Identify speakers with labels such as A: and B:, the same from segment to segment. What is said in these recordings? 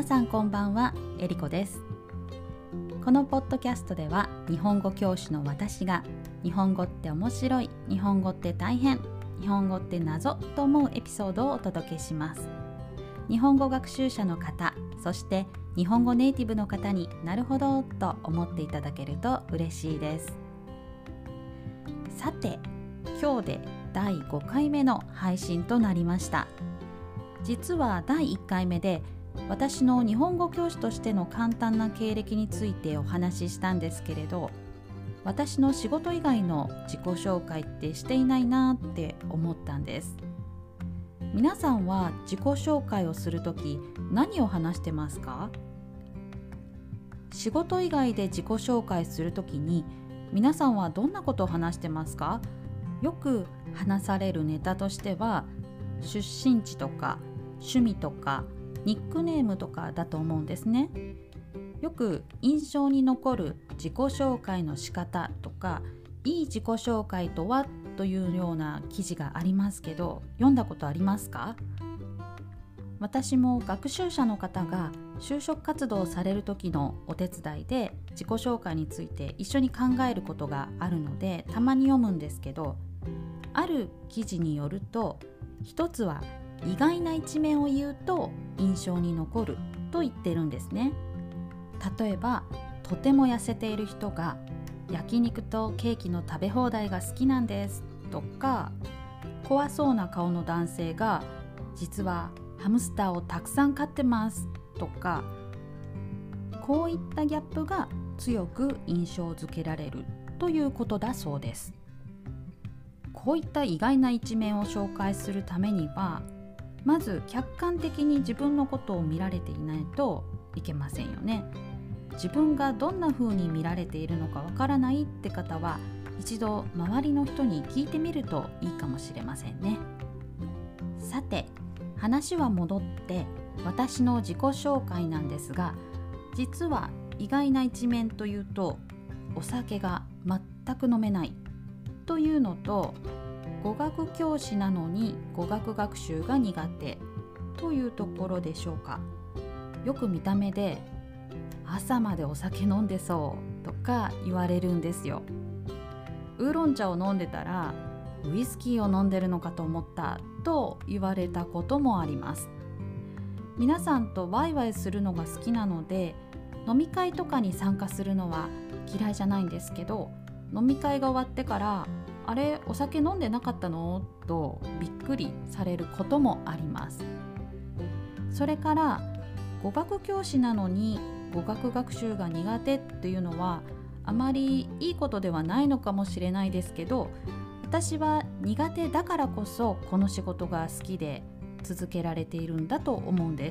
A: 皆さんこんばんは、えりこです。このポッドキャストでは日本語教師の私が日本語って面白い、日本語って大変、日本語って謎と思うエピソードをお届けします。日本語学習者の方、そして日本語ネイティブの方になるほどと思っていただけると嬉しいです。さて、今日で第5回目の配信となりました。実は第1回目で私の日本語教師としての簡単な経歴についてお話ししたんですけれど、私の仕事以外の自己紹介ってしていないなって思ったんです。皆さんは自己紹介をするとき何を話してますか？仕事以外で自己紹介するときに皆さんはどんなことを話してますか？よく話されるネタとしては出身地とか趣味とかニックネームとかだと思うんですね。よく印象に残る自己紹介の仕方とか、いい自己紹介とはというような記事がありますけど、読んだことありますか？私も学習者の方が就職活動をされる時のお手伝いで自己紹介について一緒に考えることがあるので、たまに読むんですけど、ある記事によると、一つは意外な一面を言うと印象に残ると言ってるんですね。例えば、とても痩せている人が焼肉とケーキの食べ放題が好きなんですとか、怖そうな顔の男性が実はハムスターをたくさん飼ってますとか、こういったギャップが強く印象づけられるということだそうです。こういった意外な一面を紹介するためには、まず客観的に自分のことを見られていないといけませんよね。自分がどんな風に見られているのかわからないって方は、一度周りの人に聞いてみるといいかもしれませんね。さて、話は戻って私の自己紹介なんですが、実は意外な一面というと、お酒が全く飲めないというのと、語学教師なのに語学学習が苦手というところでしょうか。よく見た目で朝までお酒飲んでそうとか言われるんですよ。ウーロン茶を飲んでたらウイスキーを飲んでるのかと思ったと言われたこともあります。皆さんとワイワイするのが好きなので、飲み会とかに参加するのは嫌いじゃないんですけど、飲み会が終わってからあれ、お酒飲んでなかったの？とびっくりされることもあります。それから、語学教師なのに語学学習が苦手っていうのはあまりいいことではないのかもしれないですけど、私は苦手だからこそこの仕事が好きで続けられているんだと思うんです。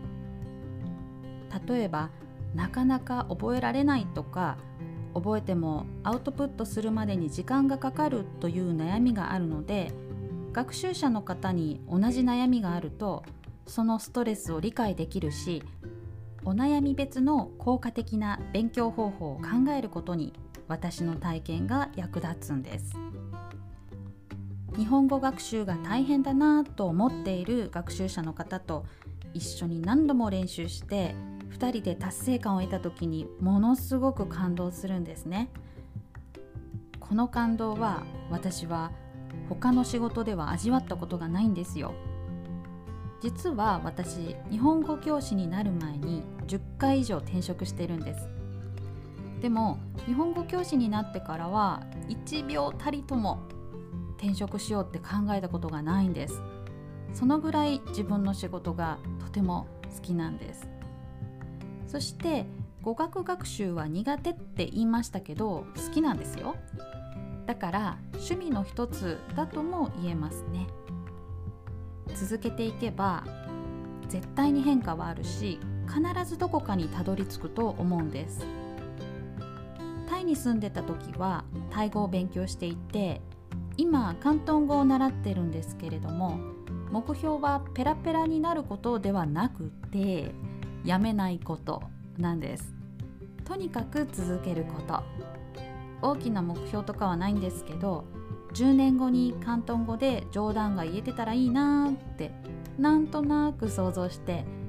A: 例えば、なかなか覚えられないとか、覚えてもアウトプットするまでに時間がかかるという悩みがあるので、学習者の方に同じ悩みがあるとそのストレスを理解できるし、お悩み別の効果的な勉強方法を考えることに私の体験が役立つんです。日本語学習が大変だなと思っている学習者の方と一緒に何度も練習して2人で達成感を得た時にものすごく感動するんですね。この感動は私は他の仕事では味わったことがないんですよ。実は私、日本語教師になる前に10回以上転職してるんです。でも日本語教師になってからは1秒たりとも転職しようって考えたことがないんです。そのぐらい自分の仕事がとても好きなんです。そして語学学習は苦手って言いましたけど、好きなんですよ。だから趣味の一つだとも言えますね。続けていけば絶対に変化はあるし、必ずどこかにたどり着くと思うんです。タイに住んでた時はタイ語を勉強していて、今広東語を習ってるんですけれども、目標はペラペラになることではなくて、やめないことなんです。とにかく続けること。大きな目標とかはないんですけど、10年後に広東語で冗談が言えてたらいいなってなんとなく想像して、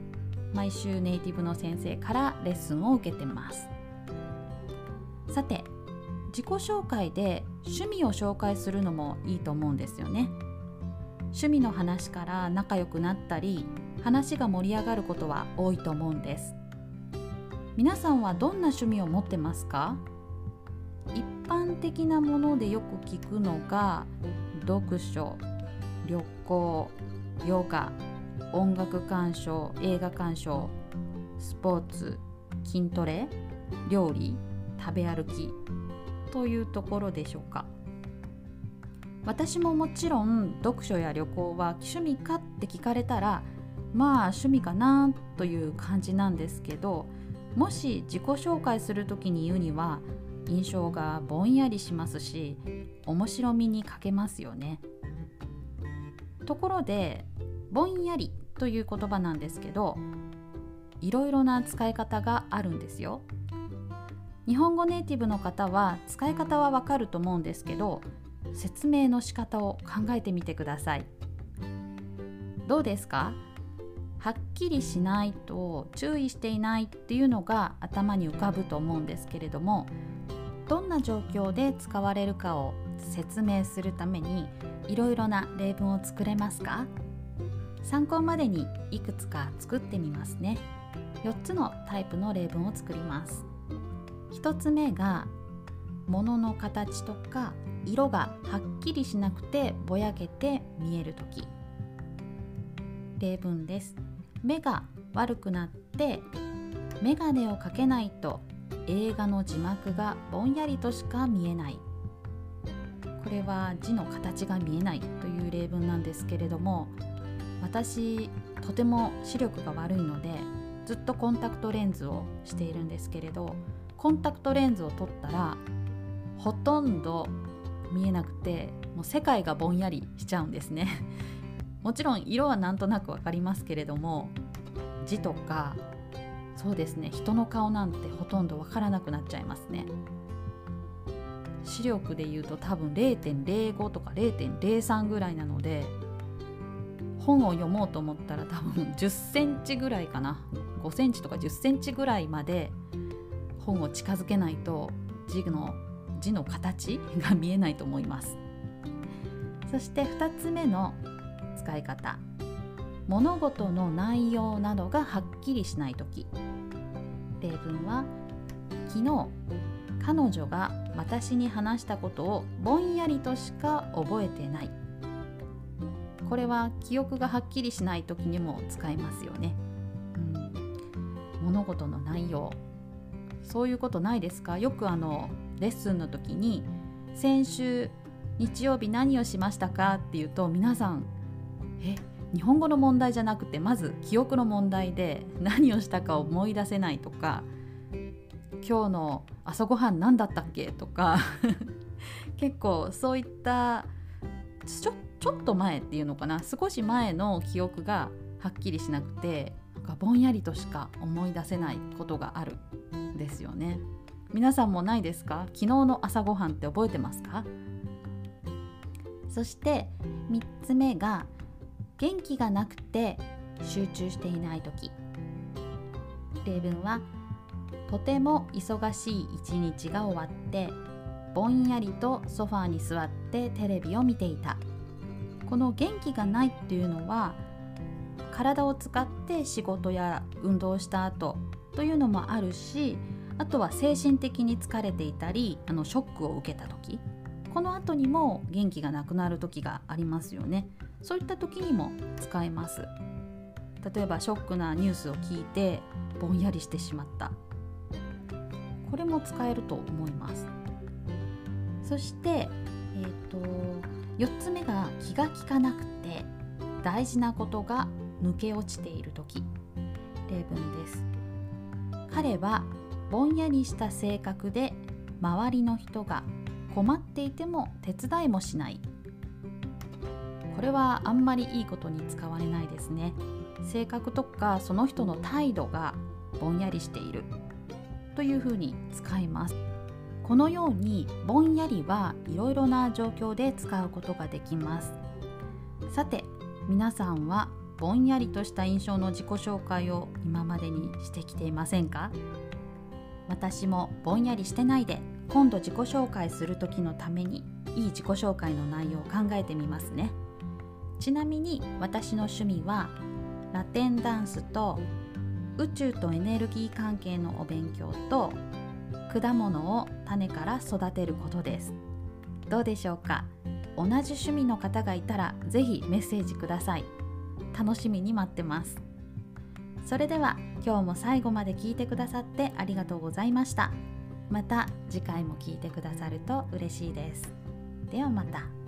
A: 毎週ネイティブの先生からレッスンを受けてます。さて、自己紹介で趣味を紹介するのもいいと思うんですよね。趣味の話から仲良くなったり、話が盛り上がることは多いと思うんです。皆さんはどんな趣味を持ってますか？一般的なものでよく聞くのが読書、旅行、ヨガ、音楽鑑賞、映画鑑賞、スポーツ、筋トレ、料理、食べ歩きというところでしょうか。私ももちろん読書や旅行は趣味かって聞かれたら、まあ趣味かなという感じなんですけど、もし自己紹介するときに言うには印象がぼんやりしますし、面白みに欠けますよね。ところで、ぼんやりという言葉なんですけど、いろいろな使い方があるんですよ。日本語ネイティブの方は使い方はわかると思うんですけど、説明の仕方を考えてみてください。どうですか？はっきりしないと、注意していないっていうのが頭に浮かぶと思うんですけれども、どんな状況で使われるかを説明するためにいろいろな例文を作れますか？参考までにいくつか作ってみますね。4つのタイプの例文を作ります。1つ目が、物の形とか色がはっきりしなくてぼやけて見えるとき。例文です。目が悪くなってメガネをかけないと映画の字幕がぼんやりとしか見えない。これは字の形が見えないという例文なんですけれども、私とても視力が悪いのでずっとコンタクトレンズをしているんですけれど、コンタクトレンズを取ったらほとんど見えなくて、もう世界がぼんやりしちゃうんですね。もちろん色はなんとなくわかりますけれども、字とかそうですね、人の顔なんてほとんどわからなくなっちゃいますね。視力でいうと多分 0.05 とか 0.03 ぐらいなので、本を読もうと思ったら多分10センチぐらいかな、5センチとか10センチぐらいまで本を近づけないと字の形が見えないと思います。そして2つ目の使い方、物事の内容などがはっきりしないとき。例文は、昨日彼女が私に話したことをぼんやりとしか覚えてない。これは記憶がはっきりしないときにも使えますよね。物事の内容、そういうことないですか？よくレッスンの時に、先週日曜日何をしましたかっていうと、皆さん日本語の問題じゃなくてまず記憶の問題で、何をしたか思い出せないとか、今日の朝ごはん何だったっけとか結構そういったちょっと前っていうのかな、少し前の記憶がはっきりしなくて、なんかぼんやりとしか思い出せないことがあるんですよね。皆さんもないですか？昨日の朝ごはんって覚えてますか？そして3つ目が、元気がなくて集中していないとき。例文は、とても忙しい一日が終わってぼんやりとソファーに座ってテレビを見ていた。この元気がないっていうのは、体を使って仕事や運動をした後というのもあるし、あとは精神的に疲れていたり、ショックを受けた時、この後にも元気がなくなる時がありますよね。そういった時にも使えます。例えばショックなニュースを聞いてぼんやりしてしまった、これも使えると思います。そして、4つ目が、気が利かなくて大事なことが抜け落ちている時。例文です。彼はぼんやりした性格で、周りの人が困っていても手伝いもしない。これはあんまりいいことに使われないですね。性格とかその人の態度がぼんやりしているというふうに使います。このようにぼんやりはいろいろな状況で使うことができます。さて、皆さんはぼんやりとした印象の自己紹介を今までにしてきていませんか？私もぼんやりしてないで、今度自己紹介する時のためにいい自己紹介の内容を考えてみますね。ちなみに私の趣味はラテンダンスと宇宙とエネルギー関係のお勉強と果物を種から育てることです。どうでしょうか？同じ趣味の方がいたらぜひメッセージください。楽しみに待ってます。それでは今日も最後まで聞いてくださってありがとうございました。また次回も聞いてくださると嬉しいです。ではまた。